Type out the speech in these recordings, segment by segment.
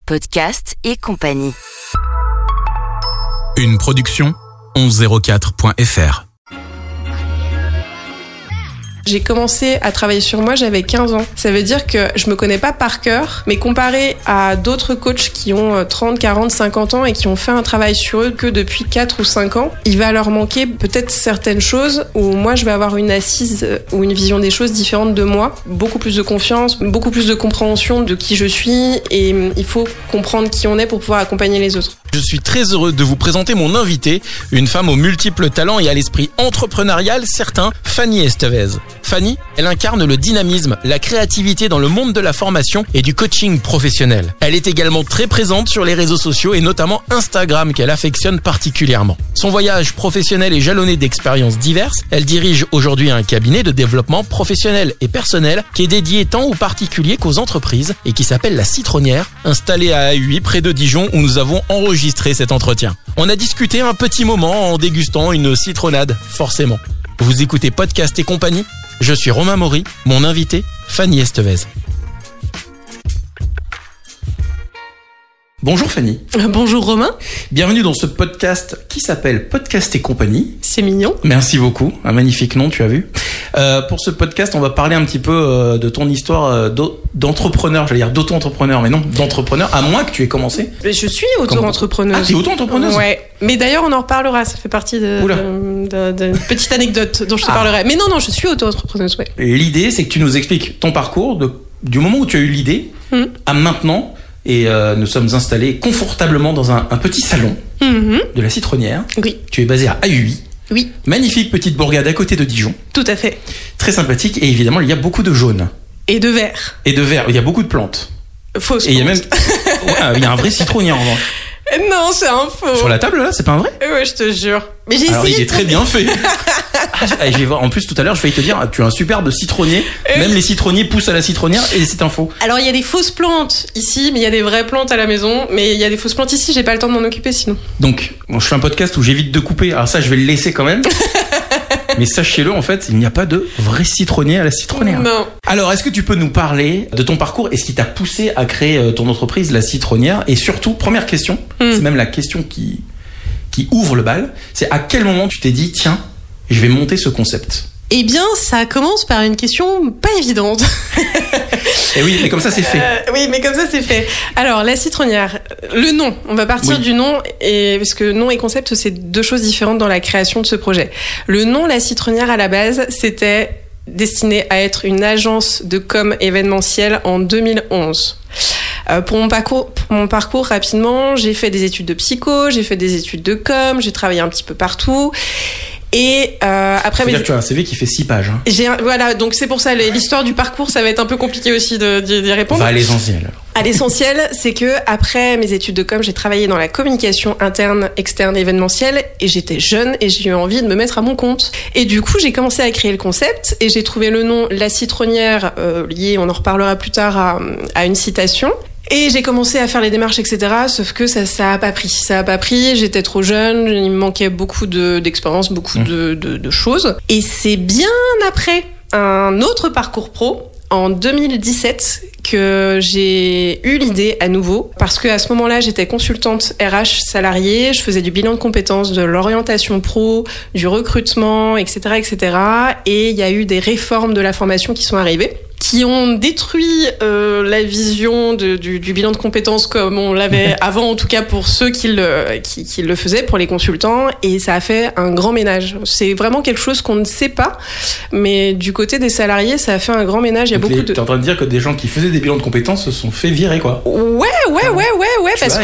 Podcast et compagnie. Une production 1104.fr. J'ai commencé à travailler sur moi, j'avais 15 ans. Ça veut dire que je me connais pas par cœur, mais comparé à d'autres coachs qui ont 30, 40, 50 ans et qui ont fait un travail sur eux que depuis 4 ou 5 ans, il va leur manquer peut-être certaines choses où moi je vais avoir une assise ou une vision des choses différente de moi. Beaucoup plus de confiance, beaucoup plus de compréhension de qui je suis et il faut comprendre qui on est pour pouvoir accompagner les autres. Je suis très heureux de vous présenter mon invitée, une femme aux multiples talents et à l'esprit entrepreneurial certain, Fanny Estevez. Fanny, elle incarne le dynamisme, la créativité dans le monde de la formation et du coaching professionnel. Elle est également très présente sur les réseaux sociaux et notamment Instagram qu'elle affectionne particulièrement. Son voyage professionnel est jalonné d'expériences diverses. Elle dirige aujourd'hui un cabinet de développement professionnel et personnel qui est dédié tant aux particuliers qu'aux entreprises et qui s'appelle La Citronnière, installée à Ahuy près de Dijon où nous avons enregistré cet entretien. On a discuté un petit moment en dégustant une citronnade, forcément. Vous écoutez Podcast et compagnie. Je suis Romain Maury, mon invité, Fanny Estevez. Bonjour Fanny. Bonjour Romain. Bienvenue dans ce podcast qui s'appelle Podcast et compagnie. C'est mignon. Merci beaucoup, un magnifique nom, tu as vu. Pour ce podcast, on va parler un petit peu de ton histoire d'entrepreneur, j'allais dire d'auto-entrepreneur, mais non, d'entrepreneur, à moins que tu aies commencé. Je suis auto-entrepreneuse. Ah, t'es auto-entrepreneuse ? Ouais, mais d'ailleurs on en reparlera, ça fait partie d'une petite anecdote dont je te parlerai. Mais non, je suis auto-entrepreneuse, ouais. L'idée, c'est que tu nous expliques ton parcours du moment où tu as eu l'idée à maintenant. Et nous sommes installés confortablement dans un petit salon de La Citronnière. Oui. Tu es basé à Ahuy. Oui. Magnifique petite bourgade à côté de Dijon. Tout à fait. Très sympathique. Et évidemment, il y a beaucoup de jaune. Et de vert. Et de vert. Il y a beaucoup de plantes. Fausses plantes. Et il y a même... il y a un vrai citronnier en revanche. Non, c'est un faux. Sur la table, là, c'est pas un vrai ? Ouais, je te jure. Mais j'ai Alors, essayé. il est très bien fait. Je vais voir. En plus, tout à l'heure, je vais te dire, tu as un superbe citronnier. Même les citronniers poussent à la citronnière et c'est un faux. Alors, il y a des fausses plantes ici, mais il y a des vraies plantes à la maison. Mais il y a des fausses plantes ici, j'ai pas le temps de m'en occuper sinon. Donc, je fais un podcast où j'évite de couper. Alors ça, je vais le laisser quand même. Mais sachez-le, en fait, il n'y a pas de vrai citronnier à La Citronnière. Non. Alors, est-ce que tu peux nous parler de ton parcours et ce qui t'a poussé à créer ton entreprise, La Citronnière ? Et surtout, première question, c'est même la question qui ouvre le bal, c'est à quel moment tu t'es dit, tiens, je vais monter ce concept ? Eh bien, ça commence par une question pas évidente. Et oui, mais comme ça, c'est fait. Oui, mais comme ça, c'est fait. Alors, La Citronnière, le nom. On va partir du nom, parce que nom et concept, c'est deux choses différentes dans la création de ce projet. Le nom La Citronnière, à la base, c'était destiné à être une agence de com événementielle en 2011. Pour mon parcours, rapidement, j'ai fait des études de psycho, j'ai fait des études de com, j'ai travaillé un petit peu partout. Et après, C'est-à-dire que tu as un CV qui fait 6 pages. Hein. Voilà, donc c'est pour ça l'histoire du parcours, ça va être un peu compliqué aussi d'y répondre. On va à l'essentiel. À l'essentiel, c'est que après mes études de com, j'ai travaillé dans la communication interne, externe, événementielle, et j'étais jeune et j'ai eu envie de me mettre à mon compte. Et du coup, j'ai commencé à créer le concept et j'ai trouvé le nom La Citronnière lié, on en reparlera plus tard, à une citation. Et j'ai commencé à faire les démarches, etc. Sauf que ça a pas pris. Ça a pas pris. J'étais trop jeune. Il me manquait beaucoup d'expérience, beaucoup de choses. Et c'est bien après un autre parcours pro, en 2017, que j'ai eu l'idée à nouveau. Parce que à ce moment-là, j'étais consultante RH salariée. Je faisais du bilan de compétences, de l'orientation pro, du recrutement, etc., etc. Et il y a eu des réformes de la formation qui sont arrivées, qui ont détruit la vision du bilan de compétences comme on l'avait avant, en tout cas pour ceux qui le faisaient, pour les consultants, et ça a fait un grand ménage. C'est vraiment quelque chose qu'on ne sait pas, mais du côté des salariés, ça a fait un grand ménage. Il y a beaucoup de... T'es en train de dire que des gens qui faisaient des bilans de compétences se sont fait virer, quoi. Ouais, parce que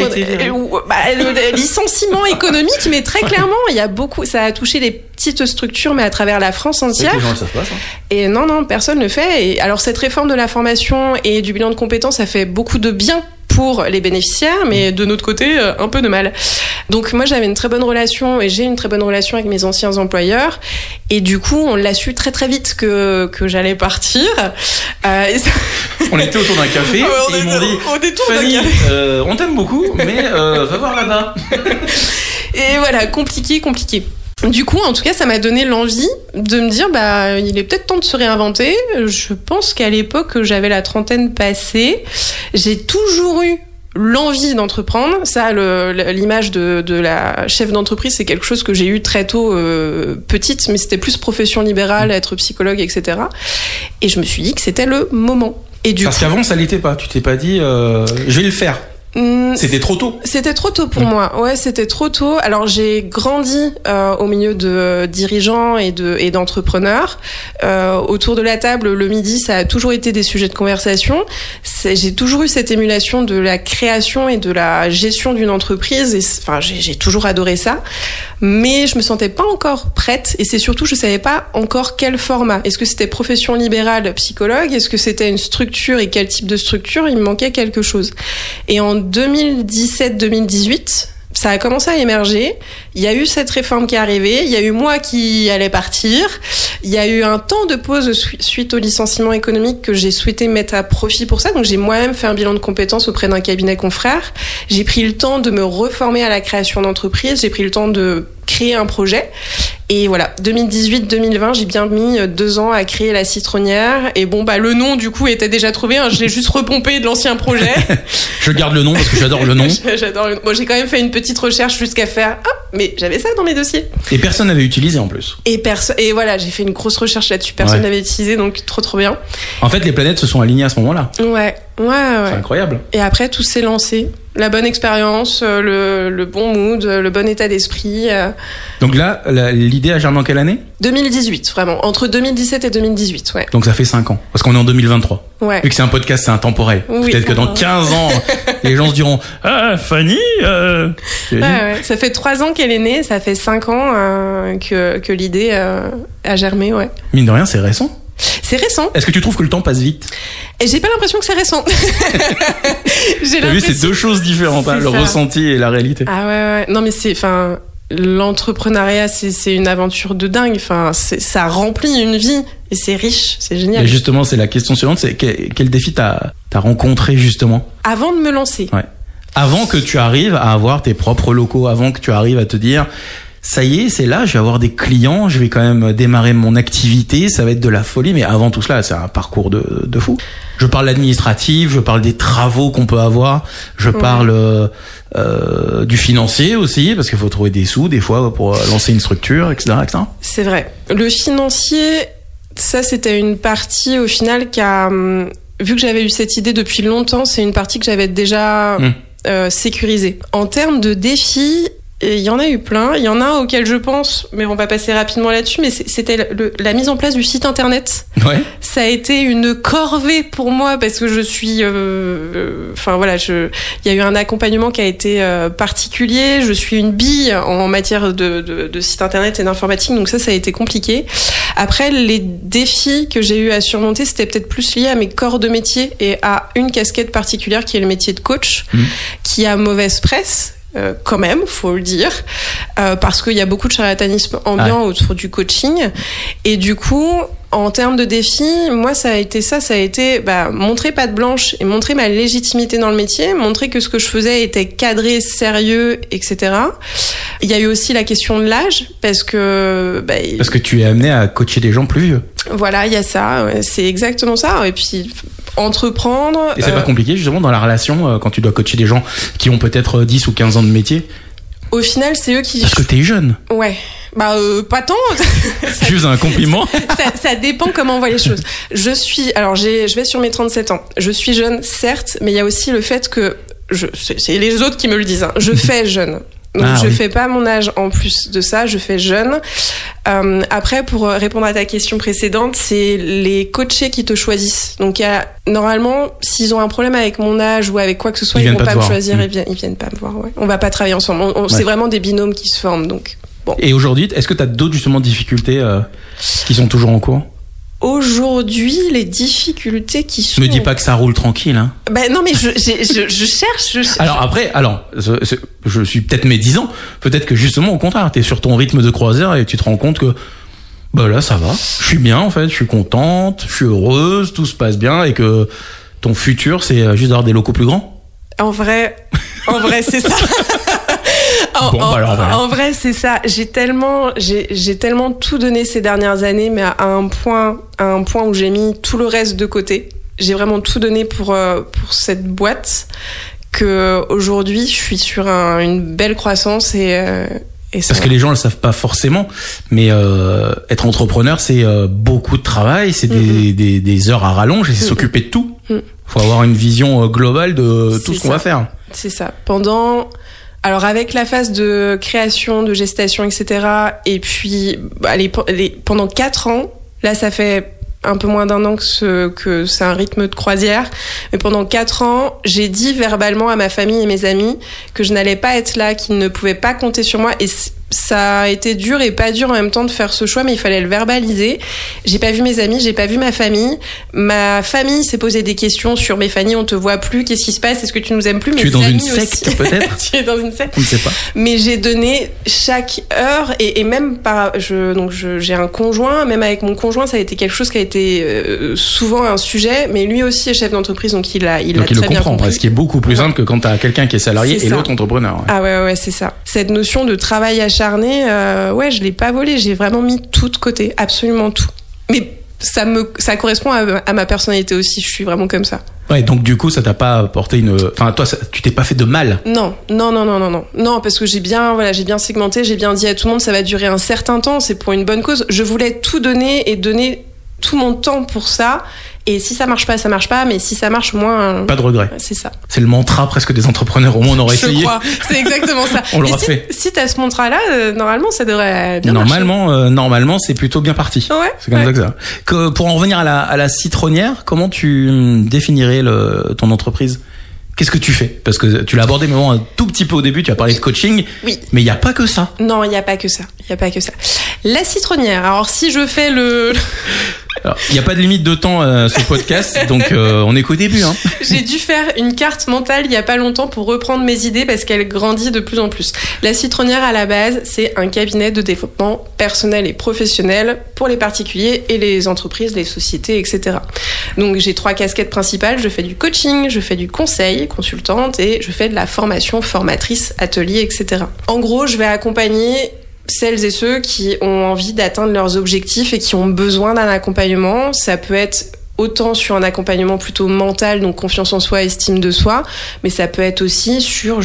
le licenciement économique, mais très clairement, il y a beaucoup, ça a touché les petites structures, mais à travers la France entière. Les gens, ça se passe, hein. Et non, personne ne le fait. Et alors, cette réforme de la formation et du bilan de compétences, ça fait beaucoup de bien pour les bénéficiaires, mais de notre côté, un peu de mal. Donc moi, j'avais une très bonne relation et j'ai une très bonne relation avec mes anciens employeurs. Et du coup, on l'a su très très vite que j'allais partir. On était autour d'un café et ils m'ont dit « Fanny, on t'aime beaucoup, mais va voir là-bas. » Et voilà, compliqué. Du coup, en tout cas, ça m'a donné l'envie de me dire, il est peut-être temps de se réinventer. Je pense qu'à l'époque, j'avais la trentaine passée. J'ai toujours eu l'envie d'entreprendre, ça, l'image de la chef d'entreprise, c'est quelque chose que j'ai eu très tôt, petite, mais c'était plus profession libérale, être psychologue, etc. Et je me suis dit que c'était le moment. Parce qu'avant, ça l'était pas. Tu t'es pas dit, je vais le faire. C'était trop tôt. C'était trop tôt pour moi. Ouais, c'était trop tôt. Alors j'ai grandi au milieu de dirigeants et d'entrepreneurs. Autour de la table, le midi, ça a toujours été des sujets de conversation. J'ai toujours eu cette émulation de la création et de la gestion d'une entreprise. Et enfin, j'ai toujours adoré ça. Mais je me sentais pas encore prête. Et c'est surtout, je savais pas encore quel format. Est-ce que c'était profession libérale, psychologue? Est-ce que c'était une structure et quel type de structure? Il me manquait quelque chose. Et en 2017-2018, ça a commencé à émerger. Il y a eu cette réforme qui est arrivée. Il y a eu moi qui allais partir. Il y a eu un temps de pause suite au licenciement économique que j'ai souhaité mettre à profit pour ça. Donc, j'ai moi-même fait un bilan de compétences auprès d'un cabinet confrère. J'ai pris le temps de me reformer à la création d'entreprise. J'ai pris le temps de créer un projet. Et voilà, 2018-2020, j'ai bien mis 2 ans à créer La Citronnière. Et bon, le nom, du coup, était déjà trouvé. Je l'ai juste repompé de l'ancien projet. Je garde le nom parce que j'adore le nom. J'adore le nom. Bon, j'ai quand même fait une petite recherche jusqu'à faire mais j'avais ça dans mes dossiers. Et personne n'avait utilisé en plus. Et voilà, j'ai fait une grosse recherche là-dessus. Personne n'avait utilisé, donc trop bien. En fait, les planètes se sont alignées à ce moment-là. Ouais. C'est incroyable. Et après, tout s'est lancé. La bonne expérience, le bon mood, le bon état d'esprit. Donc là, l'idée a germé en quelle année ? 2018, vraiment. Entre 2017 et 2018, ouais. Donc ça fait 5 ans. Parce qu'on est en 2023. Ouais. Vu que c'est un podcast, c'est intemporel. Oui, peut-être que dans 15 ans, les gens se diront « Ah, Fanny ouais. Ça fait 3 ans qu'elle est née, ça fait 5 ans que l'idée a germé, ouais. Mine de rien, c'est récent. C'est récent. Est-ce que tu trouves que le temps passe vite ? Et j'ai pas l'impression que c'est récent. T'as vu, c'est 2 choses différentes, le ressenti et la réalité. Ah ouais. Non mais l'entrepreneuriat, c'est une aventure de dingue. Enfin, ça remplit une vie et c'est riche, c'est génial. Et justement, c'est la question suivante, c'est quel défi t'as rencontré justement ? Avant de me lancer. Ouais. Avant que tu arrives à avoir tes propres locaux, avant que tu arrives à te dire... Ça y est, c'est là, je vais avoir des clients, je vais quand même démarrer mon activité, ça va être de la folie, mais avant tout cela, c'est un parcours de fou. Je parle administratif, je parle des travaux qu'on peut avoir, je parle du financier aussi, parce qu'il faut trouver des sous des fois pour lancer une structure, etc. C'est vrai. Le financier, ça c'était une partie au final qui a... Vu que j'avais eu cette idée depuis longtemps, c'est une partie que j'avais déjà sécurisée. En termes de défis... Et il y en a eu plein. Il y en a un auquel je pense, mais on va passer rapidement là-dessus, mais c'était la mise en place du site internet. Ouais. Ça a été une corvée pour moi parce que je suis... il y a eu un accompagnement qui a été particulier. Je suis une bille en matière de site internet et d'informatique, donc ça a été compliqué. Après, les défis que j'ai eu à surmonter, c'était peut-être plus lié à mes corps de métier et à une casquette particulière qui est le métier de coach, qui a mauvaise presse. Quand même, faut le dire, parce qu'il y a beaucoup de charlatanisme ambiant autour du coaching. Et du coup, en termes de défis, moi, ça a été montrer patte blanche et montrer ma légitimité dans le métier, montrer que ce que je faisais était cadré, sérieux, etc. Il y a eu aussi la question de l'âge, parce que tu es amené à coacher des gens plus vieux. Voilà, il y a ça, c'est exactement ça. Et puis... entreprendre. Et c'est pas compliqué justement dans la relation quand tu dois coacher des gens qui ont peut-être 10 ou 15 ans de métier ? Au final, c'est eux qui... Parce que t'es jeune. Ouais. Pas tant. Juste un compliment. ça dépend comment on voit les choses. Je vais sur mes 37 ans. Je suis jeune, certes, mais il y a aussi le fait que c'est les autres qui me le disent. Je fais jeune. Donc je fais pas mon âge en plus de ça, je fais jeune. Après, pour répondre à ta question précédente, c'est les coachés qui te choisissent. Donc normalement, s'ils ont un problème avec mon âge ou avec quoi que ce soit, ils vont pas me choisir, ils viennent pas me voir. Ouais. On va pas travailler ensemble. C'est vraiment des binômes qui se forment. Donc bon. Et aujourd'hui, est-ce que tu as d'autres justement difficultés qui sont toujours en cours ? Aujourd'hui, les difficultés qui sont... Me dis pas que ça roule tranquille, hein. Non, mais je cherche. Alors je suis peut-être médisant. Peut-être que justement, au contraire, t'es sur ton rythme de croisière et tu te rends compte que, là, ça va. Je suis bien, en fait. Je suis contente, je suis heureuse, tout se passe bien et que ton futur, c'est juste d'avoir des locaux plus grands. En vrai, c'est ça. En vrai, c'est ça. J'ai tellement tout donné ces dernières années, mais à un point où j'ai mis tout le reste de côté. J'ai vraiment tout donné pour cette boîte que aujourd'hui, je suis sur une belle croissance parce que les gens le savent pas forcément, mais être entrepreneur, c'est beaucoup de travail, c'est des heures à rallonge et c'est s'occuper de tout. Faut avoir une vision globale de tout ce qu'on va faire. C'est ça. Alors avec la phase de création, de gestation, etc. Et puis pendant 4 ans, là ça fait un peu moins d'1 an que c'est un rythme de croisière. Mais pendant 4 ans, j'ai dit verbalement à ma famille et mes amis que je n'allais pas être là, qu'ils ne pouvaient pas compter sur moi. Et ça a été dur et pas dur en même temps de faire ce choix, mais il fallait le verbaliser. J'ai pas vu mes amis, j'ai pas vu ma famille. Ma famille s'est posé des questions sur mes Fanny, on te voit plus, qu'est-ce qui se passe, est-ce que tu nous aimes plus? Tu es dans une secte peut-être? Tu es dans une secte? On ne sait pas. Mais j'ai donné chaque heure et même j'ai un conjoint, même avec mon conjoint, ça a été quelque chose qui a été souvent un sujet, mais lui aussi est chef d'entreprise, donc il le comprend, ce qui est beaucoup plus simple que quand t'as quelqu'un qui est salarié et l'autre entrepreneur. Ouais. Ah ouais, c'est ça. Cette notion de travail acharné, je l'ai pas volé, j'ai vraiment mis tout de côté, absolument tout. Mais ça correspond à ma personnalité aussi, je suis vraiment comme ça. Ouais, donc du coup, ça t'a pas apporté tu t'es pas fait de mal? Non, parce que j'ai bien segmenté, j'ai bien dit à tout le monde, ça va durer un certain temps, c'est pour une bonne cause. Je voulais tout donner et donner tout mon temps pour ça. Et si ça marche pas, ça marche pas, mais si ça marche, moins... Pas de regret. C'est ça. C'est le mantra presque des entrepreneurs, au moins on aurait essayé. Je crois, c'est exactement ça. On l'aura fait. Si t'as ce mantra-là, normalement, ça devrait bien marcher. Normalement, c'est plutôt bien parti. Ouais. C'est comme ça que ça. Pour en revenir à la citronnière, comment tu définirais ton entreprise? Qu'est-ce que tu fais? Parce que tu l'as abordé mais un tout petit peu au début, tu as parlé de coaching. Oui. Mais il n'y a pas que ça. Non, il n'y a pas que ça. La citronnière. Alors, si je fais Alors, il n'y a pas de limite de temps ce podcast, donc on est qu'au début. Hein. J'ai dû faire une carte mentale il n'y a pas longtemps pour reprendre mes idées parce qu'elle grandit de plus en plus. La citronnière, à la base, c'est un cabinet de développement personnel et professionnel pour les particuliers et les entreprises, les sociétés, etc. Donc, j'ai 3 casquettes principales. Je fais du coaching, je fais du conseil, consultante, et je fais de la formation, formatrice, atelier, etc. En gros, je vais accompagner celles et ceux qui ont envie d'atteindre leurs objectifs et qui ont besoin d'un accompagnement. Ça peut être autant sur un accompagnement plutôt mental, donc confiance en soi, estime de soi, mais ça peut être aussi sur,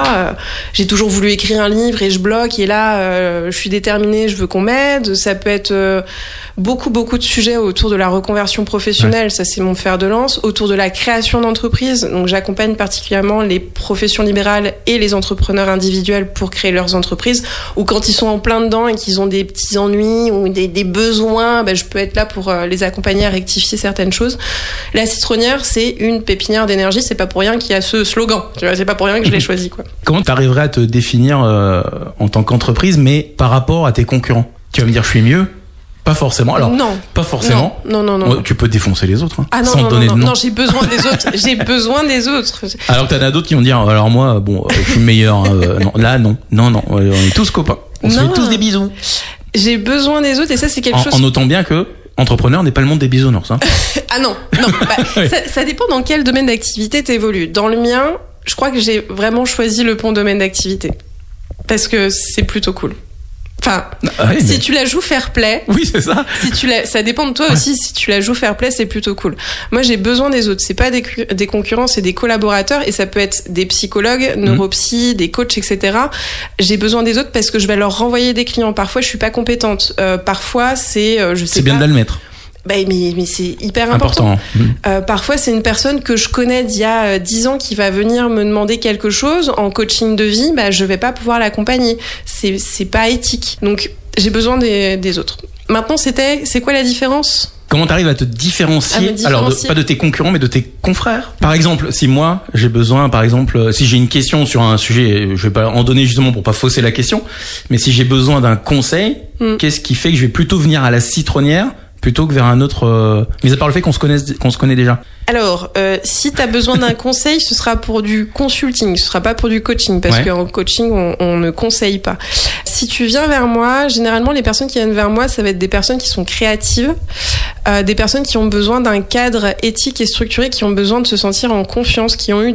j'ai toujours voulu écrire un livre et je bloque, et là, je suis déterminée, je veux qu'on m'aide. Ça peut être beaucoup de sujets autour de la reconversion professionnelle, ça c'est mon fer de lance, autour de la création d'entreprise. Donc j'accompagne particulièrement les professions libérales et les entrepreneurs individuels pour créer leurs entreprises, ou quand ils sont en plein dedans et qu'ils ont des petits ennuis ou des besoins, je peux être là pour les accompagner à rectifier certaines choses. La citronnière, c'est une pépinière d'énergie, c'est pas pour rien qu'il y a ce slogan, tu vois, c'est pas pour rien que je l'ai choisi, quoi. Comment tu arriverais à te définir en tant qu'entreprise, mais par rapport à tes concurrents? Tu vas me dire je suis mieux? Pas forcément. Alors, non. Pas forcément. Non. Tu peux défoncer les autres. Hein, ah non, sans donner de nom. Non, j'ai besoin des autres. J'ai besoin des autres. Alors que t'en as d'autres qui vont dire, alors moi, je suis meilleur. Non, là, non. On est tous copains. On se fait tous des bisous. J'ai besoin des autres et ça, c'est quelque chose... En notant bien que entrepreneur n'est pas le monde des bisounours. Hein. Ah non. Oui. Ça dépend dans quel domaine d'activité t'évolues. Dans le mien, je crois que j'ai vraiment choisi le bon domaine d'activité. Parce que c'est plutôt cool. Enfin, si tu la joues fair play. Oui, c'est ça. Ça dépend de toi aussi. Si tu la joues fair play, c'est plutôt cool. Moi, j'ai besoin des autres. C'est pas des concurrents, c'est des collaborateurs. Et ça peut être des psychologues, neuropsy, des coachs, etc. J'ai besoin des autres parce que je vais leur renvoyer des clients. Parfois, je suis pas compétente. Parfois, c'est, c'est bien de l'admettre. Mais c'est hyper important. Parfois, c'est une personne que je connais d'il y a 10 ans qui va venir me demander quelque chose en coaching de vie. Je vais pas pouvoir l'accompagner. C'est pas éthique. Donc, j'ai besoin des autres. Maintenant, c'est quoi la différence? Comment t'arrives à te différencier? Alors, pas de tes concurrents, mais de tes confrères. Par exemple, si moi, j'ai besoin, si j'ai une question sur un sujet, je vais pas en donner justement pour pas fausser la question, mais si j'ai besoin d'un conseil, qu'est-ce qui fait que je vais plutôt venir à la citronnière plutôt que vers un autre, mis à part le fait qu'on se connaît déjà? Alors, si tu as besoin d'un conseil, ce sera pour du consulting, ce sera pas pour du coaching, parce qu'en coaching, on ne conseille pas. Si tu viens vers moi, généralement, les personnes qui viennent vers moi, ça va être des personnes qui sont créatives, des personnes qui ont besoin d'un cadre éthique et structuré, qui ont besoin de se sentir en confiance, qui ont eu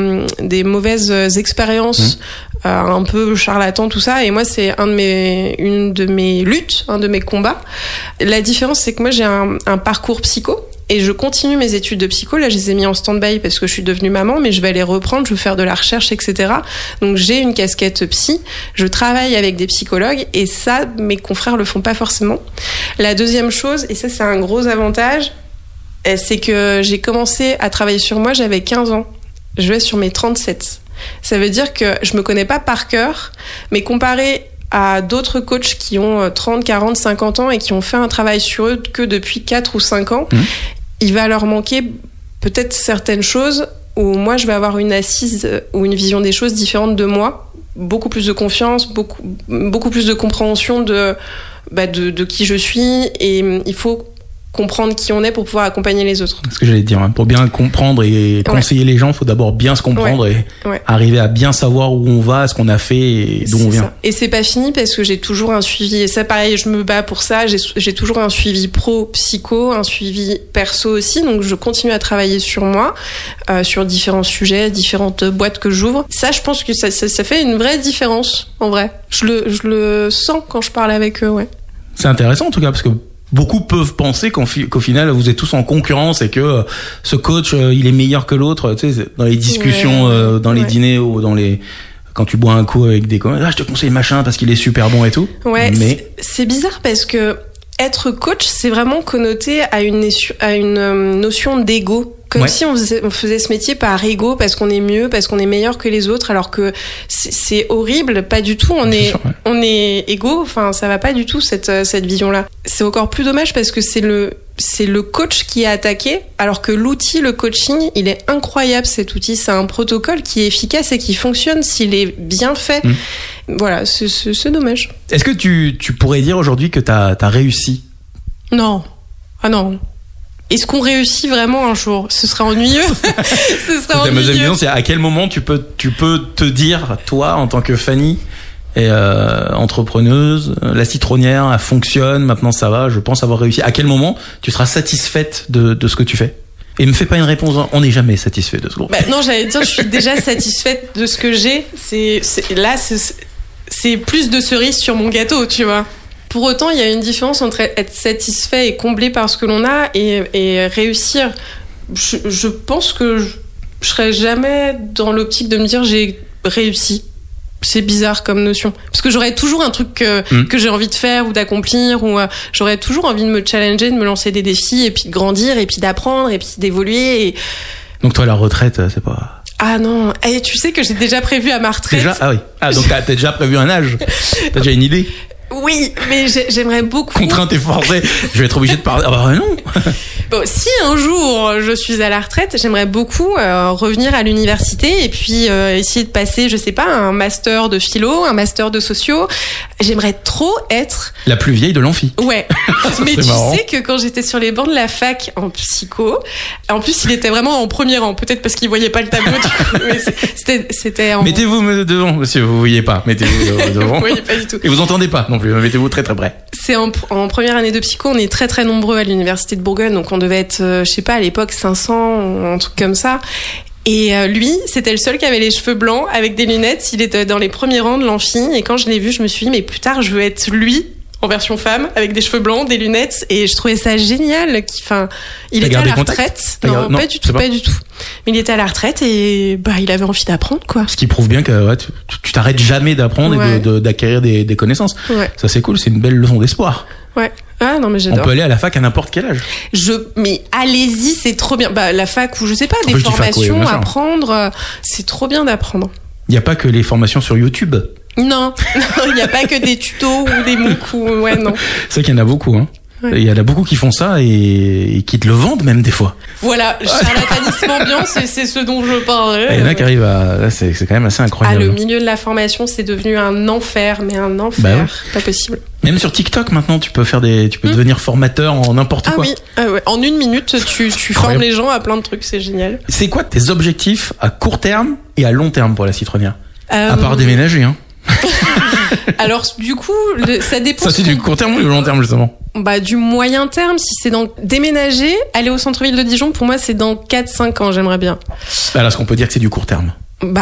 des mauvaises expériences, un peu charlatan, tout ça. Et moi, c'est une de mes luttes, un de mes combats. La différence, c'est que moi, j'ai un parcours psycho. et je continue mes études de psycho. Là, je les ai mis en stand-by parce que je suis devenue maman, mais je vais les reprendre, je vais faire de la recherche, etc. Donc, j'ai une casquette psy. Je travaille avec des psychologues et ça, mes confrères le font pas forcément. La deuxième chose, et ça, c'est un gros avantage, c'est que j'ai commencé à travailler sur moi, j'avais 15 ans. Je vais sur mes 37. Ça veut dire que je me connais pas par cœur, mais comparé à d'autres coachs qui ont 30, 40, 50 ans et qui ont fait un travail sur eux que depuis 4 ou 5 ans, il va leur manquer peut-être certaines choses où moi je vais avoir une assise ou une vision des choses différente de moi, beaucoup plus de confiance, beaucoup plus de compréhension de qui je suis, et il faut comprendre qui on est pour pouvoir accompagner les autres. C'est ce que j'allais te dire. Pour bien comprendre et conseiller les gens, il faut d'abord bien se comprendre et arriver à bien savoir où on va, ce qu'on a fait et d'où on vient. Ça. Et c'est pas fini parce que j'ai toujours un suivi. Et ça, pareil, je me bats pour ça. J'ai toujours un suivi pro-psycho, un suivi perso aussi. Donc, je continue à travailler sur moi, sur différents sujets, différentes boîtes que j'ouvre. Ça, je pense que ça fait une vraie différence, en vrai. Je le sens quand je parle avec eux, ouais. C'est intéressant, en tout cas, parce que beaucoup peuvent penser qu'au final vous êtes tous en concurrence et que ce coach il est meilleur que l'autre, tu sais, dans les discussions, dans les dîners ou quand tu bois un coup avec des copains, je te conseille machin parce qu'il est super bon et tout. Ouais, mais c'est bizarre parce que être coach, c'est vraiment connoté à une notion d'ego. Comme si on faisait ce métier par ego, parce qu'on est mieux, parce qu'on est meilleur que les autres, alors que c'est horrible, pas du tout. On est égaux, enfin, ça va pas du tout, cette vision-là. C'est encore plus dommage parce que c'est le coach qui est attaqué, alors que le coaching, il est incroyable, cet outil. C'est un protocole qui est efficace et qui fonctionne s'il est bien fait. Voilà, c'est dommage. Est-ce que tu pourrais dire aujourd'hui que t'as réussi? Non. Ah non. Est-ce qu'on réussit vraiment un jour? Ce serait ennuyeux. Ce serait ennuyeux. Ma question, c'est à quel moment tu peux te dire, toi, en tant que Fanny, et entrepreneuse, la citronnière, elle fonctionne, maintenant ça va, je pense avoir réussi. À quel moment tu seras satisfaite de ce que tu fais? Et me fais pas une réponse, on n'est jamais satisfait de ce qu'on fait. Non, j'allais dire, je suis déjà satisfaite de ce que j'ai. C'est plus de cerises sur mon gâteau, tu vois. Pour autant, il y a une différence entre être satisfait et comblé par ce que l'on a et réussir. Je pense que je serai jamais dans l'optique de me dire j'ai réussi. C'est bizarre comme notion. Parce que j'aurais toujours un truc que j'ai envie de faire ou d'accomplir, ou j'aurais toujours envie de me challenger, de me lancer des défis, et puis de grandir, et puis d'apprendre, et puis d'évoluer. Et... Donc toi, la retraite, c'est pas... Ah non, tu sais que j'ai déjà prévu à ma retraite. Déjà ? Ah oui. Ah, donc t'as déjà prévu un âge. T'as déjà une idée ? Oui, mais j'aimerais beaucoup... Contrainte et forcée. Je vais être obligée de parler... Ah bah non. Bon, si un jour je suis à la retraite, j'aimerais beaucoup revenir à l'université et puis essayer de passer, je sais pas, un master de philo, un master de socio. J'aimerais trop être... La plus vieille de l'amphi. Ouais. Mais tu sais que quand j'étais sur les bancs de la fac en psycho, en plus il était vraiment en premier rang, peut-être parce qu'il voyait pas le tableau. Mais c'était en... Mettez-vous devant, monsieur, vous voyez pas. Mettez-vous devant. Oui, pas du tout. Et vous entendez pas non plus, mettez-vous très très près. C'est en première année de psycho, on est très très nombreux à l'université de Bourgogne, donc on devait être, je sais pas, à l'époque 500, un truc comme ça. Et lui, c'était le seul qui avait les cheveux blancs avec des lunettes. Il était dans les premiers rangs de l'amphi. Et quand je l'ai vu, je me suis dit, mais plus tard, je veux être lui en version femme, avec des cheveux blancs, des lunettes. Et je trouvais ça génial. Il était à la retraite. Non, pas du tout. Mais il était à la retraite et il avait envie d'apprendre, quoi. Ce qui prouve bien que tu t'arrêtes jamais d'apprendre et d'acquérir des connaissances. Ouais. Ça, c'est cool. C'est une belle leçon d'espoir. Ouais. Ah non, mais j'adore. On peut aller à la fac à n'importe quel âge. Mais allez-y, c'est trop bien. La fac ou je sais pas, des formations à prendre, c'est trop bien d'apprendre. Il n'y a pas que les formations sur YouTube. Non, il n'y a pas que des tutos ou des MOOC ou non. C'est vrai qu'il y en a beaucoup, hein. Ouais. Il y en a beaucoup qui font ça et qui te le vendent même des fois. Voilà, charlatanisme ambiant, c'est ce dont je parlais. Il y en a qui arrivent c'est quand même assez incroyable. Le milieu de la formation, c'est devenu un enfer, mais un enfer, pas possible. Même sur TikTok maintenant, tu peux devenir formateur en n'importe quoi. Oui, en 1 minute, tu formes les gens à plein de trucs, c'est génial. C'est quoi tes objectifs à court terme et à long terme pour la citronnière ? À part déménager, hein. Alors, du coup, ça dépend. Ça, c'est du court terme ou du long terme, justement? Du moyen terme, si c'est déménager, aller au centre-ville de Dijon, pour moi, c'est dans 4-5 ans, j'aimerais bien. Alors, est-ce qu'on peut dire que c'est du court terme?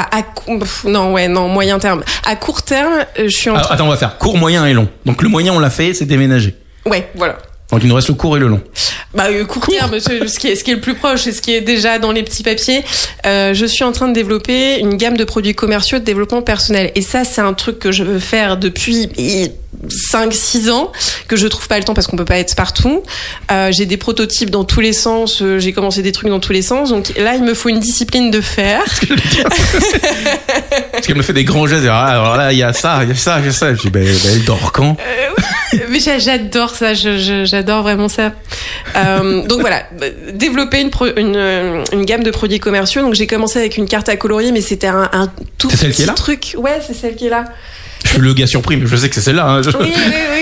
Non, moyen terme. À court terme, je suis Attends, on va faire court, moyen et long. Donc, le moyen, on l'a fait, c'est déménager. Ouais, voilà. Donc il nous reste le court et le long. Court terme, ce qui est le plus proche, et ce qui est déjà dans les petits papiers. Je suis en train de développer une gamme de produits commerciaux de développement personnel. Et ça, c'est un truc que je veux faire depuis 5-6 ans, que je trouve pas le temps parce qu'on peut pas être partout. J'ai des prototypes dans tous les sens, j'ai commencé des trucs dans tous les sens. Donc là, il me faut une discipline de faire. Parce qu'elle me fait des grands gestes. Alors là, il y a ça. Je dis, elle dort quand? Mais j'adore ça, j'adore vraiment ça. Donc voilà, développer une gamme de produits commerciaux. Donc j'ai commencé avec une carte à colorier, mais c'était un tout petit truc. Ouais, c'est celle qui est là. Je suis le gars surpris, mais je sais que c'est celle-là. Hein. Oui.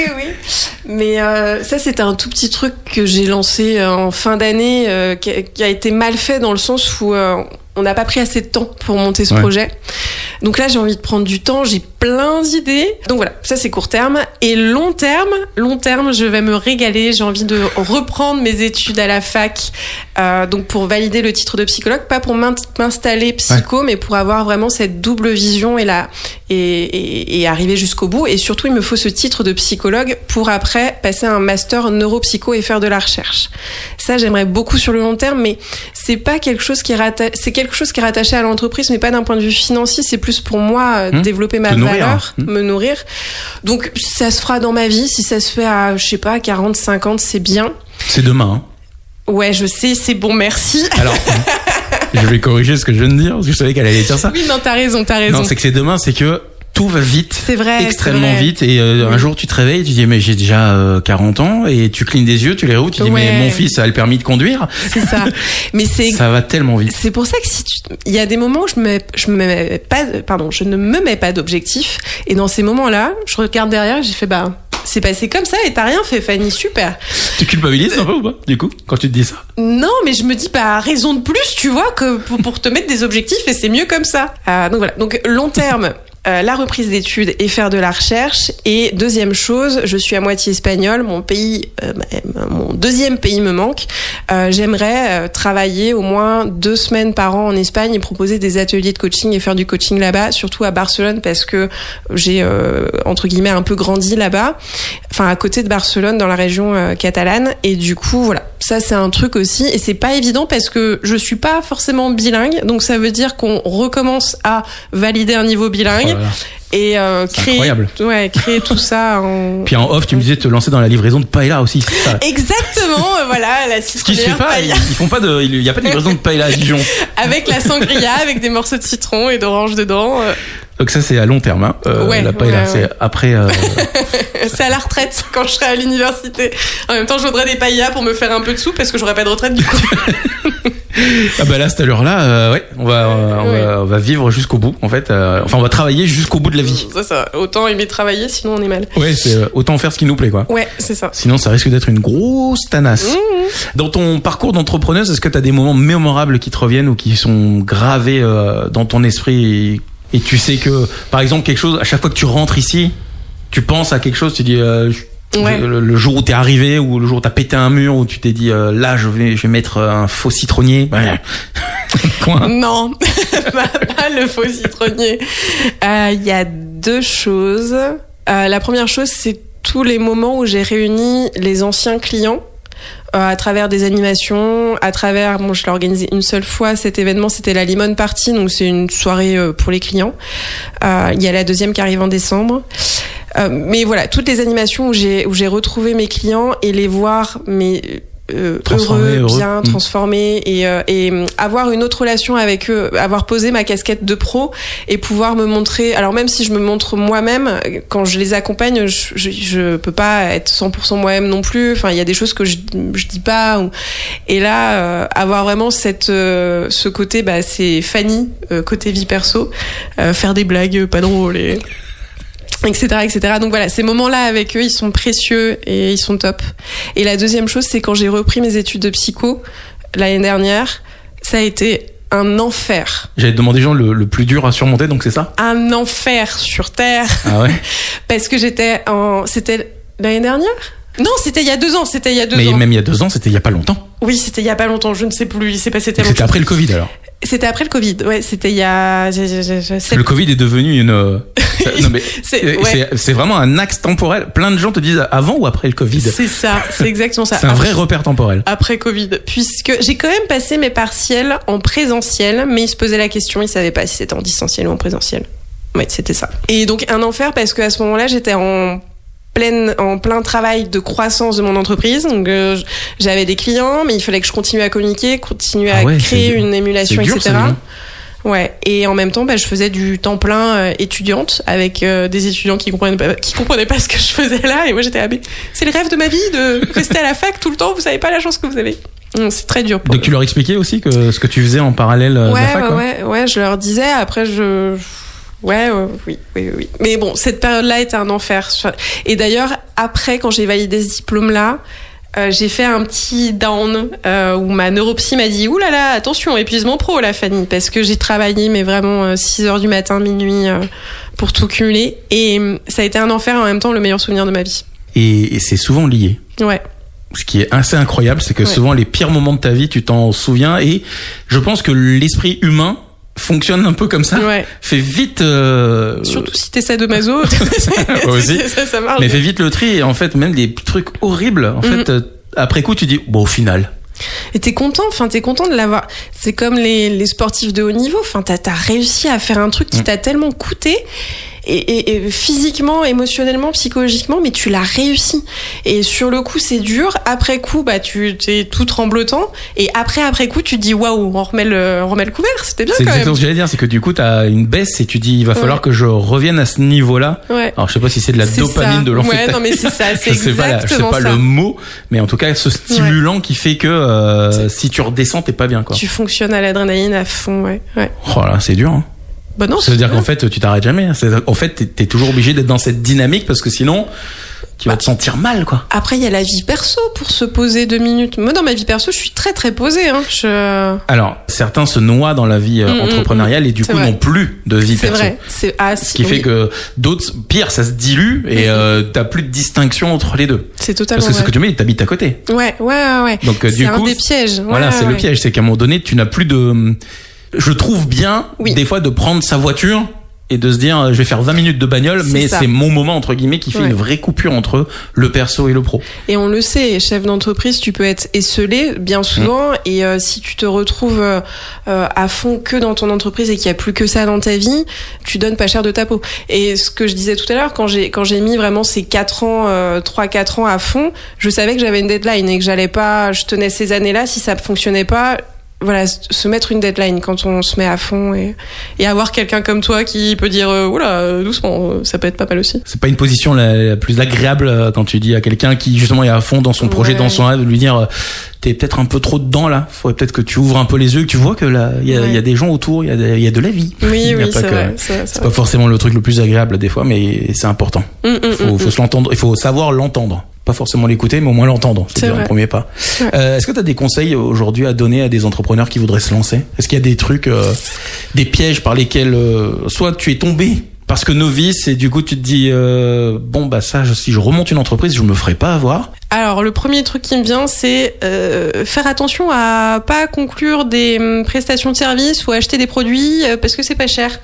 Mais ça, c'était un tout petit truc que j'ai lancé en fin d'année, qui a été mal fait dans le sens où on n'a pas pris assez de temps pour monter ce projet. Donc là, j'ai envie de prendre du temps, j'ai plein d'idées. Donc voilà, ça c'est court terme. Et long terme, je vais me régaler. J'ai envie de reprendre mes études à la fac, donc pour valider le titre de psychologue, pas pour m'installer psycho, mais pour avoir vraiment cette double vision et arriver jusqu'au bout. Et surtout, il me faut ce titre de psychologue pour après passer un master neuropsycho et faire de la recherche. Ça, j'aimerais beaucoup sur le long terme, mais c'est pas quelque chose qui c'est quelque chose qui est rattaché à l'entreprise, mais pas d'un point de vue financier. C'est plus pour moi développer ma valeur, me nourrir. Donc ça se fera dans ma vie. Si ça se fait à, 40, 50, c'est bien. C'est demain. Ouais, je sais, c'est bon, merci. Alors, je vais corriger ce que je viens de dire, parce que je savais qu'elle allait dire ça. Oui, non, t'as raison. Non, c'est que c'est demain, c'est que tout va vite. C'est vrai. Extrêmement vite. Et un jour, tu te réveilles, tu dis, mais j'ai déjà 40 ans, et tu clignes des yeux, tu les roules, tu dis, mais mon fils a le permis de conduire. C'est ça. Mais ça va tellement vite. C'est pour ça que il y a des moments où je ne me mets pas d'objectif. Et dans ces moments-là, je regarde derrière, j'ai fait, c'est passé comme ça et t'as rien fait, Fanny, super. Tu culpabilises un peu ou pas, du coup, quand tu te dis ça? Non, mais je me dis, raison de plus, tu vois, que pour te mettre des objectifs, et c'est mieux comme ça. Donc voilà. Donc, long terme, la reprise d'études et faire de la recherche. Et deuxième chose, je suis à moitié espagnole. Mon deuxième pays me manque. J'aimerais travailler au moins 2 semaines par an en Espagne et proposer des ateliers de coaching et faire du coaching là-bas, surtout à Barcelone, parce que j'ai, entre guillemets, un peu grandi là-bas. Enfin, à côté de Barcelone, dans la région catalane. Et du coup, voilà. Ça, c'est un truc aussi. Et c'est pas évident parce que je suis pas forcément bilingue. Donc, ça veut dire qu'on recommence à valider un niveau bilingue. Et créer tout ça Puis en off, tu me disais de te lancer dans la livraison de paella aussi. Ça. Exactement, voilà, la ce qui se fait pas, paella. Ils font pas il y a pas de livraison de paella à Dijon. Avec la sangria, avec des morceaux de citron et d'orange dedans. Donc ça, c'est à long terme, la paella, c'est après. C'est à la retraite, quand je serai à l'université. En même temps, je voudrais des paellas pour me faire un peu de sous parce que j'aurai pas de retraite du coup. Là, cette heure-là, on va vivre jusqu'au bout, en fait. On va travailler jusqu'au bout de la vie. C'est ça. Autant aimer travailler, sinon on est mal. Ouais, c'est autant faire ce qui nous plaît, quoi. Ouais, c'est ça. Sinon, ça risque d'être une grosse tanasse. Dans ton parcours d'entrepreneuse, est-ce que t'as des moments mémorables qui te reviennent ou qui sont gravés dans ton esprit et tu sais que, par exemple, quelque chose, à chaque fois que tu rentres ici, tu penses à quelque chose, tu dis, le jour où t'es arrivé ou le jour où t'as pété un mur où tu t'es dit, là, je vais mettre un faux citronnier. Quoi? Non, pas le faux citronnier. Il y a 2 choses. La première chose, c'est tous les moments où j'ai réuni les anciens clients. À travers des animations, je l'ai organisé une seule fois, cet événement, c'était la Lemon Party, donc c'est une soirée pour les clients. Il y a la 2e qui arrive en décembre. Mais voilà, toutes les animations où j'ai retrouvé mes clients et les voir, heureux, bien transformés et avoir une autre relation avec eux, avoir posé ma casquette de pro et pouvoir me montrer. Alors même si je me montre moi-même, quand je les accompagne, je peux pas être 100% moi-même non plus. Enfin, il y a des choses que je dis pas. Et là, avoir vraiment ce côté, c'est Fanny, côté vie perso, faire des blagues pas drôles etc. Donc voilà, ces moments-là avec eux, ils sont précieux et ils sont top. Et la deuxième chose, c'est quand j'ai repris mes études de psycho l'année dernière, ça a été un enfer. J'allais te demander, le plus dur à surmonter, donc c'est ça? Un enfer sur Terre. Ah ouais? Parce que c'était l'année dernière? Non, c'était il y a 2 ans, Mais même il y a 2 ans, c'était il y a pas longtemps. Oui, c'était il y a pas longtemps, je ne sais plus, il s'est passé tellement. C'était après le Covid alors? C'était après le Covid, ouais, c'était il y a... Le Covid est devenu Non, mais c'est vraiment un axe temporel. Plein de gens te disent avant ou après le Covid. C'est ça, c'est exactement ça. C'est un vrai repère temporel. Après Covid, puisque j'ai quand même passé mes partiels en présentiel, mais ils se posaient la question, ils savaient pas si c'était en distanciel ou en présentiel. Ouais, c'était ça. Et donc un enfer parce qu'à ce moment-là, j'étais en plein travail de croissance de mon entreprise. Donc, j'avais des clients, mais il fallait que je continue à communiquer, continuer à créer une émulation, dur, etc. Ouais. Et en même temps, je faisais du temps plein étudiante avec des étudiants qui comprenaient pas ce que je faisais là. Et moi, j'étais c'est le rêve de ma vie de rester à la fac tout le temps. Vous savez pas la chance que vous avez. Donc, c'est très dur. Donc tu leur expliquais aussi que ce que tu faisais en parallèle de la fac. Ouais, je leur disais. Après, oui. Mais bon, cette période-là était un enfer. Et d'ailleurs, après, quand j'ai validé ce diplôme-là, j'ai fait un petit down où ma neuropsy m'a dit « Ouh là là, attention, épuisement pro, la Fanny », parce que j'ai travaillé, mais vraiment 6h du matin, minuit, pour tout cumuler. Et ça a été un enfer, en même temps, le meilleur souvenir de ma vie. Et c'est souvent lié. Ouais. Ce qui est assez incroyable, c'est que souvent, les pires moments de ta vie, tu t'en souviens. Et je pense que l'esprit humain fonctionne un peu comme ça. Ouais. Fais vite. Surtout si t'es sadomaso. Aussi. ça marche. Mais fais vite le tri et en fait même des trucs horribles. En fait, après coup tu dis bon au final. Et t'es content de l'avoir. C'est comme les sportifs de haut niveau. Enfin t'as réussi à faire un truc qui t'a tellement coûté. Et physiquement, émotionnellement, psychologiquement, mais tu l'as réussi. Et sur le coup, c'est dur. Après coup, tu t'es tout tremblotant. Et après coup, tu te dis waouh, on remet le couvert. C'était bien. C'est exactement ce que j'allais dire, c'est que du coup, t'as une baisse et tu dis il va falloir que je revienne à ce niveau-là. Ouais. Alors je sais pas si c'est de la dopamine, de l'amphétamine. Ouais, non mais c'est ça, c'est exactement je sais pas le mot, mais en tout cas, ce stimulant qui fait que si tu redescends, t'es pas bien quoi. Tu fonctionnes à l'adrénaline à fond, ouais. Oh là, c'est dur. Hein. Non, ça veut dire qu'en fait tu t'arrêtes jamais. En fait t'es toujours obligé d'être dans cette dynamique parce que sinon tu vas te sentir mal quoi. Après il y a la vie perso pour se poser 2 minutes. Moi dans ma vie perso je suis très très posée. Alors certains se noient dans la vie entrepreneuriale et du coup n'ont plus de vie perso. C'est vrai. Ce qui fait que d'autres, pire, ça se dilue et t'as plus de distinction entre les deux. C'est totalement parce que ce que tu mets, t'habites à côté. Ouais. Donc du coup c'est un des pièges. C'est le piège, c'est qu'à un moment donné tu n'as plus de. Je trouve bien, des fois, de prendre sa voiture et de se dire, je vais faire 20 minutes de bagnole, c'est mon moment, entre guillemets, qui fait une vraie coupure entre le perso et le pro. Et on le sait, chef d'entreprise, tu peux être esseulé, bien souvent, et si tu te retrouves à fond que dans ton entreprise et qu'il n'y a plus que ça dans ta vie, tu donnes pas cher de ta peau. Et ce que je disais tout à l'heure, quand j'ai mis vraiment ces 3-4 ans à fond, je savais que j'avais une deadline et que je tenais ces années-là, si ça fonctionnait pas, voilà, se mettre une deadline quand on se met à fond et avoir quelqu'un comme toi qui peut dire oula, doucement, ça peut être pas mal aussi. C'est pas une position la plus agréable quand tu dis à quelqu'un qui justement est à fond dans son projet, dans son rêve, de lui dire t'es peut-être un peu trop dedans là, faudrait peut-être que tu ouvres un peu les yeux, que tu vois que là il y a des gens autour, il y a de la vie. Oui, c'est vrai. C'est pas forcément le truc le plus agréable des fois, mais c'est important. Faut se l'entendre, il faut savoir l'entendre. Pas forcément l'écouter, mais au moins l'entendre. C'est un premier pas. Est-ce que tu as des conseils aujourd'hui à donner à des entrepreneurs qui voudraient se lancer? Est-ce qu'il y a des trucs, des pièges par lesquels soit tu es tombé parce que novice et du coup tu te dis si je remonte une entreprise, je me ferai pas avoir? Alors le premier truc qui me vient, c'est faire attention à pas conclure des prestations de services ou acheter des produits parce que c'est pas cher.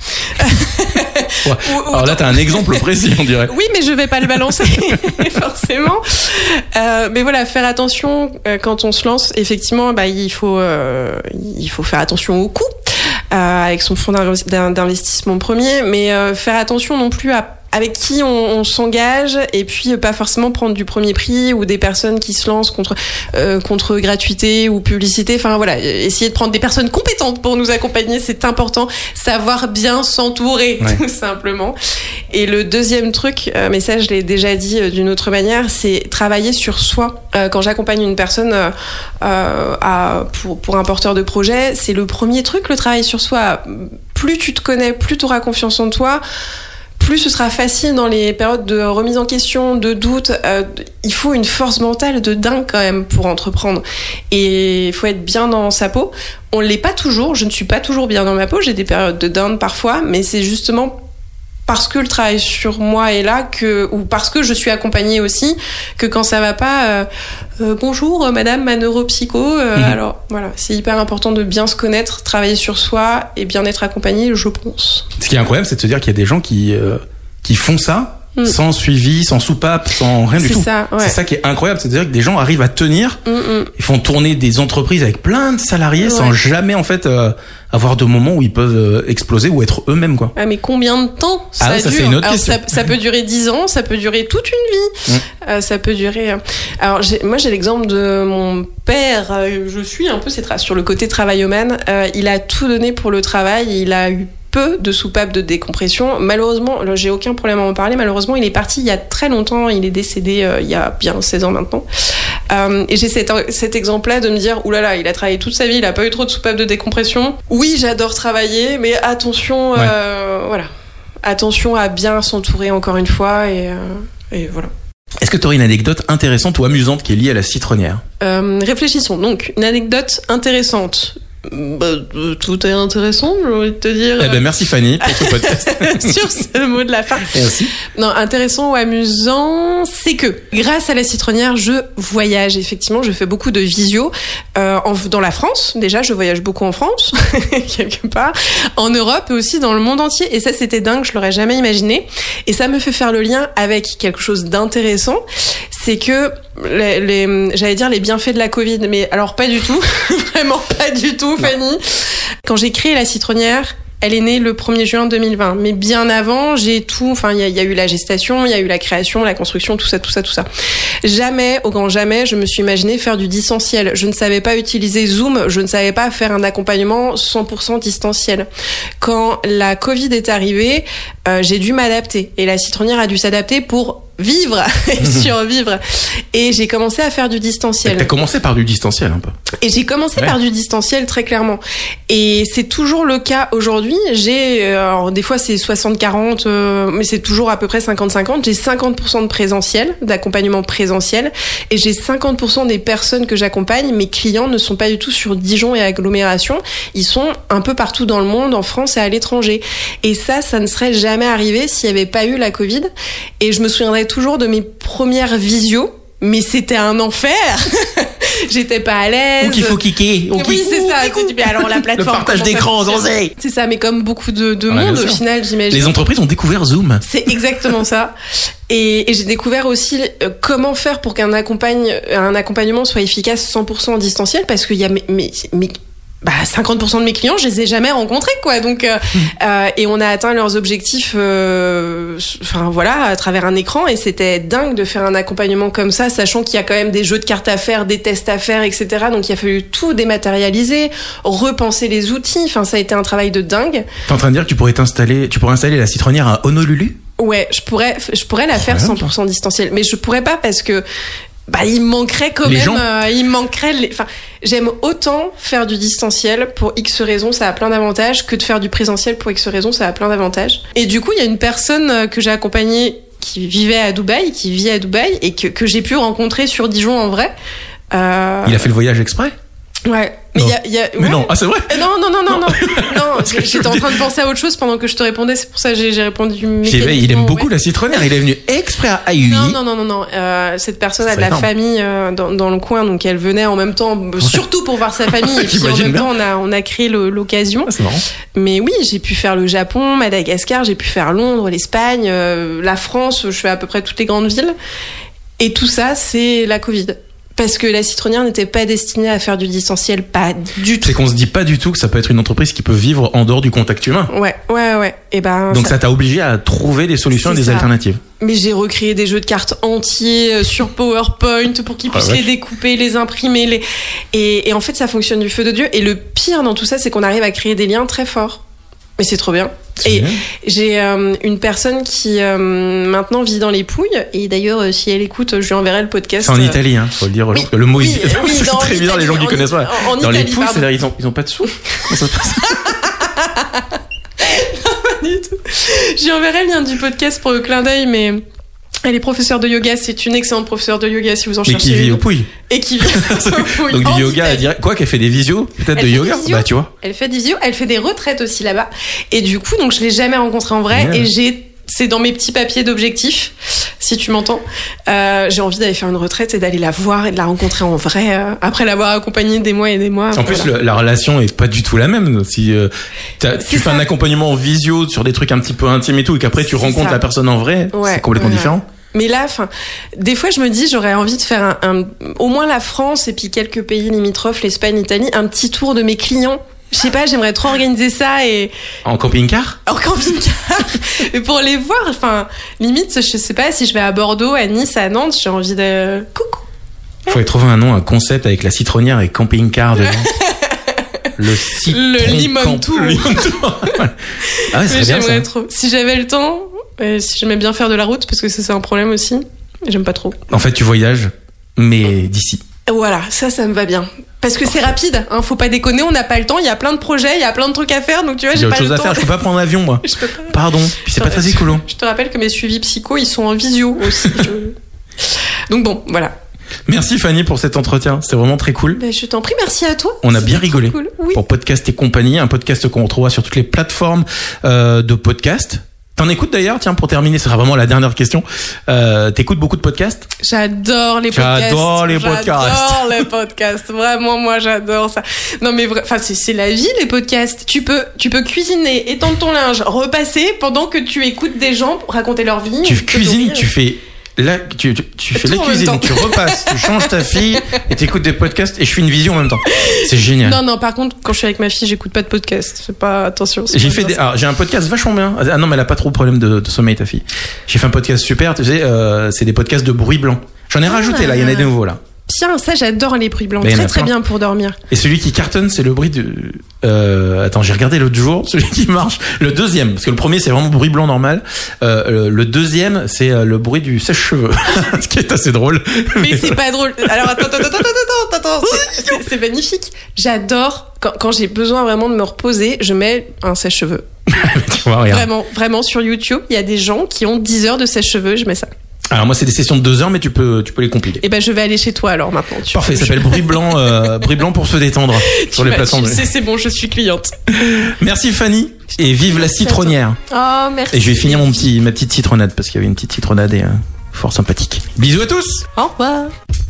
Alors là t'as un exemple précis, on dirait. Oui, mais je vais pas le balancer forcément. Mais voilà, faire attention quand on se lance. Effectivement, il faut faire attention aux coûts. Avec son fonds d'investissement premier, mais faire attention non plus à avec qui on s'engage et puis pas forcément prendre du premier prix ou des personnes qui se lancent contre gratuité ou publicité. Enfin voilà, essayer de prendre des personnes compétentes pour nous accompagner, c'est important. Savoir bien s'entourer, tout simplement. Et le deuxième truc, mais ça je l'ai déjà dit d'une autre manière, c'est travailler sur soi. Quand j'accompagne une personne pour un porteur de projet, c'est le premier truc, le travail sur soi. Plus tu te connais, plus tu auras confiance en toi, plus ce sera facile dans les périodes de remise en question, de doute. Il faut une force mentale de dingue quand même pour entreprendre. Et il faut être bien dans sa peau. On ne l'est pas toujours, je ne suis pas toujours bien dans ma peau, j'ai des périodes de down parfois, mais c'est justement parce que le travail sur moi est là, ou parce que je suis accompagnée aussi, que quand ça va pas, bonjour madame ma neuropsycho, alors voilà, c'est hyper important de bien se connaître, travailler sur soi et bien être accompagné, je pense. Ce qui est incroyable, c'est de se dire qu'il y a des gens qui qui font ça sans suivi, sans soupape, sans rien du tout. Ça, ouais. C'est ça qui est incroyable, c'est-à-dire que des gens arrivent à tenir, ils font tourner des entreprises avec plein de salariés sans jamais en fait avoir de moments où ils peuvent exploser ou être eux-mêmes quoi. Ah mais combien de temps ça dure? C'est une autre question. Ça peut durer 10 ans, ça peut durer toute une vie. Ça peut durer. Alors moi j'ai l'exemple de mon père. Je suis un peu ses traces sur le côté travaillomane. Il a tout donné pour le travail. Il a eu peu de soupapes de décompression. Malheureusement, là, j'ai aucun problème à en parler. Malheureusement, il est parti il y a très longtemps. Il est décédé il y a bien 16 ans maintenant. Et j'ai cet exemple-là de me dire, oulala, il a travaillé toute sa vie, il a pas eu trop de soupapes de décompression. Oui, j'adore travailler, mais attention, voilà. Attention à bien s'entourer encore une fois et voilà. Est-ce que tu aurais une anecdote intéressante ou amusante qui est liée à la citronnière? Réfléchissons. Donc, une anecdote intéressante. Tout est intéressant, j'ai envie de te dire. Eh ben merci Fanny pour ce podcast. Sur ce mot de la fin. Merci. Non, intéressant ou amusant, c'est que grâce à la citronnière, je voyage. Effectivement, je fais beaucoup de visio dans la France. Déjà, je voyage beaucoup en France, quelque part, en Europe et aussi dans le monde entier. Et ça, c'était dingue, je l'aurais jamais imaginé. Et ça me fait faire le lien avec quelque chose d'intéressant. C'est que j'allais dire les bienfaits de la Covid, mais alors pas du tout, vraiment pas du tout, Fanny. Quand j'ai créé la citronnière, elle est née le 1er juin 2020. Mais bien avant, il y a eu la gestation, il y a eu la création, la construction, tout ça. Jamais, au grand jamais, je me suis imaginé faire du distanciel. Je ne savais pas utiliser Zoom, je ne savais pas faire un accompagnement 100% distanciel. Quand la Covid est arrivée, j'ai dû m'adapter. Et la citronnière a dû s'adapter pour vivre et survivre. Et j'ai commencé à faire du distanciel. T'as commencé par du distanciel un peu. Et j'ai commencé par du distanciel très clairement. Et c'est toujours le cas aujourd'hui. Alors des fois c'est 60-40, mais c'est toujours à peu près 50-50. J'ai 50% de présentiel, d'accompagnement présentiel. Et j'ai 50% des personnes que j'accompagne. Mes clients ne sont pas du tout sur Dijon et agglomération. Ils sont un peu partout dans le monde, en France et à l'étranger. Et ça ne serait jamais arrivé s'il n'y avait pas eu la Covid. Et je me souviendrai toujours de mes premières visios, mais c'était un enfer. J'étais pas à l'aise. Ou qu'il faut kicker. Oui, c'est ça. Mais alors la plateforme. Le partage d'écran, c'est ça, mais comme beaucoup de monde au final, j'imagine. Les entreprises ont découvert Zoom. C'est exactement ça. Et j'ai découvert aussi comment faire pour qu'un accompagnement soit efficace 100% en distanciel, parce qu'il y a 50% de mes clients, je les ai jamais rencontrés, quoi. Donc, et on a atteint leurs objectifs, à travers un écran. Et c'était dingue de faire un accompagnement comme ça, sachant qu'il y a quand même des jeux de cartes à faire, des tests à faire, etc. Donc, il a fallu tout dématérialiser, repenser les outils. Enfin, ça a été un travail de dingue. T'es en train de dire que tu pourrais installer la citronnière à Honolulu? Ouais, je pourrais la faire 100% distanciel. Mais je pourrais pas parce que, il me manquerait quand même, j'aime autant faire du distanciel pour X raisons, ça a plein d'avantages, que de faire du présentiel pour X raisons, ça a plein d'avantages. Et du coup, il y a une personne que j'ai accompagnée qui vit à Dubaï et que j'ai pu rencontrer sur Dijon en vrai. Il a fait le voyage exprès? Ouais. Mais non, c'est vrai? Non. J'étais en train de penser à autre chose pendant que je te répondais, c'est pour ça que j'ai répondu mécaniquement. Il aime beaucoup la citronnière, il est venu exprès à Aïui. Non. Cette personne a de la famille dans le coin, donc elle venait en même temps, surtout pour voir sa famille, et puis en même temps on a créé l'occasion. C'est marrant. Mais oui, j'ai pu faire le Japon, Madagascar, j'ai pu faire Londres, l'Espagne, la France, je fais à peu près toutes les grandes villes. Et tout ça, c'est la Covid. Parce que la citronnière n'était pas destinée à faire du distanciel, pas du tout. C'est qu'on se dit pas du tout que ça peut être une entreprise qui peut vivre en dehors du contact humain. Ouais. Et donc ça t'a obligé à trouver des solutions et des alternatives. Mais j'ai recréé des jeux de cartes entiers sur PowerPoint pour qu'ils puissent les découper, les imprimer, et en fait ça fonctionne du feu de Dieu. Et le pire dans tout ça, c'est qu'on arrive à créer des liens très forts. Mais c'est trop bien. J'ai une personne qui maintenant vit dans les Pouilles, et d'ailleurs si elle écoute, je lui enverrai le podcast. C'est en Italie, faut le dire aux gens, parce que le mot c'est très bizarre, les gens qui connaissent pas. Dans les Pouilles, c'est-à-dire ils ont pas de sous. Comment ça se passe? Non, pas du tout. Je lui enverrai le lien du podcast pour le clin d'œil, mais elle est professeure de yoga, c'est une excellente professeure de yoga si vous en cherchez. Mais qui vit aux Pouilles. Et qui vit aux Pouilles. Donc du yoga, quoi, qu'elle fait des visios, peut-être de yoga. Tu vois. Elle fait des visios, elle fait des retraites aussi là-bas. Et du coup, donc je l'ai jamais rencontrée en vrai, et j'ai c'est dans mes petits papiers d'objectifs, si tu m'entends. J'ai envie d'aller faire une retraite et d'aller la voir et de la rencontrer en vrai, après l'avoir accompagnée des mois et des mois. En plus, la relation est pas du tout la même. Si tu fais un accompagnement en visio sur des trucs un petit peu intimes et tout, et qu'après tu rencontres la personne en vrai, c'est complètement différent. Mais là, des fois, je me dis, j'aurais envie de faire au moins la France et puis quelques pays limitrophes, l'Espagne, l'Italie, un petit tour de mes clients. Je sais pas, j'aimerais trop organiser ça et... En camping-car ? En camping-car. Mais pour les voir, limite, je sais pas, si je vais à Bordeaux, à Nice, à Nantes, j'ai envie de... Coucou. Faudrait trouver un concept avec la citronnière et camping-car dedans. Le limon tour. Ah ouais, c'est bien ça. Trop. Si j'avais le temps, et si j'aimais bien faire de la route, parce que ça c'est un problème aussi, j'aime pas trop. En fait, tu voyages, mais d'ici. Voilà, ça me va bien. Parce que c'est rapide, faut pas déconner, on n'a pas le temps, il y a plein de projets, il y a plein de trucs à faire, donc tu vois, j'ai pas le temps. Il y a autre chose à faire, je peux pas prendre l'avion, moi. Je peux pas. Pardon, puis c'est pas très écolo. Je te rappelle que mes suivis psycho, ils sont en visio aussi. Donc bon, voilà. Merci Fanny pour cet entretien, c'est vraiment très cool. Je t'en prie, merci à toi. On a bien rigolé. Cool. Oui. Pour Podcast et compagnie, un podcast qu'on retrouvera sur toutes les plateformes de podcast. T'en écoutes d'ailleurs, tiens, pour terminer, ce sera vraiment la dernière question. T'écoutes beaucoup de podcasts ? J'adore les podcasts. J'adore les podcasts. Vraiment, moi, j'adore ça. Non, mais c'est la vie, les podcasts. Tu peux cuisiner, étendre ton linge, repasser pendant que tu écoutes des gens raconter leur vie. Tu cuisines, tu fais... Là, tu fais la cuisine, tu repasses, tu changes ta fille et t'écoutes des podcasts et je fais une vision en même temps. C'est génial. Non, par contre, quand je suis avec ma fille, j'écoute pas de podcast. Fais pas attention. J'ai un podcast vachement bien. Ah non, mais elle a pas trop de problème de sommeil, ta fille. J'ai fait un podcast super, tu sais, c'est des podcasts de bruit blanc. J'en ai rajouté là, il y en a des nouveaux là. Tiens, ça j'adore les bruits blancs, très bien pour dormir. Et celui qui cartonne, c'est le bruit de... Attends, j'ai regardé l'autre jour, celui qui marche. Le deuxième, parce que le premier c'est vraiment bruit blanc normal. Le deuxième, c'est le bruit du sèche-cheveux, ce qui est assez drôle. Mais c'est pas drôle. Alors attends, c'est magnifique. J'adore quand j'ai besoin vraiment de me reposer, je mets un sèche-cheveux. Tu vois, regarde. Vraiment sur YouTube, il y a des gens qui ont 10 heures de sèche-cheveux, je mets ça. Alors moi c'est des sessions de 2 heures mais tu peux les compiler. Et je vais aller chez toi alors maintenant. Parfait, ça s'appelle bruit blanc pour se détendre sur les plateformes. C'est bon, je suis cliente. Merci Fanny et vive la citronnière. Oh merci. Et je vais finir ma petite citronnade parce qu'il y avait une petite citronnade et fort sympathique. Bisous à tous. Au revoir.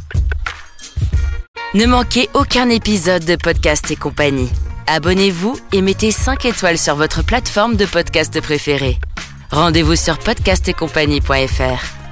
Ne manquez aucun épisode de Podcast et compagnie. Abonnez-vous et mettez 5 étoiles sur votre plateforme de podcast préférée. Rendez-vous sur podcastetcompagnie.fr.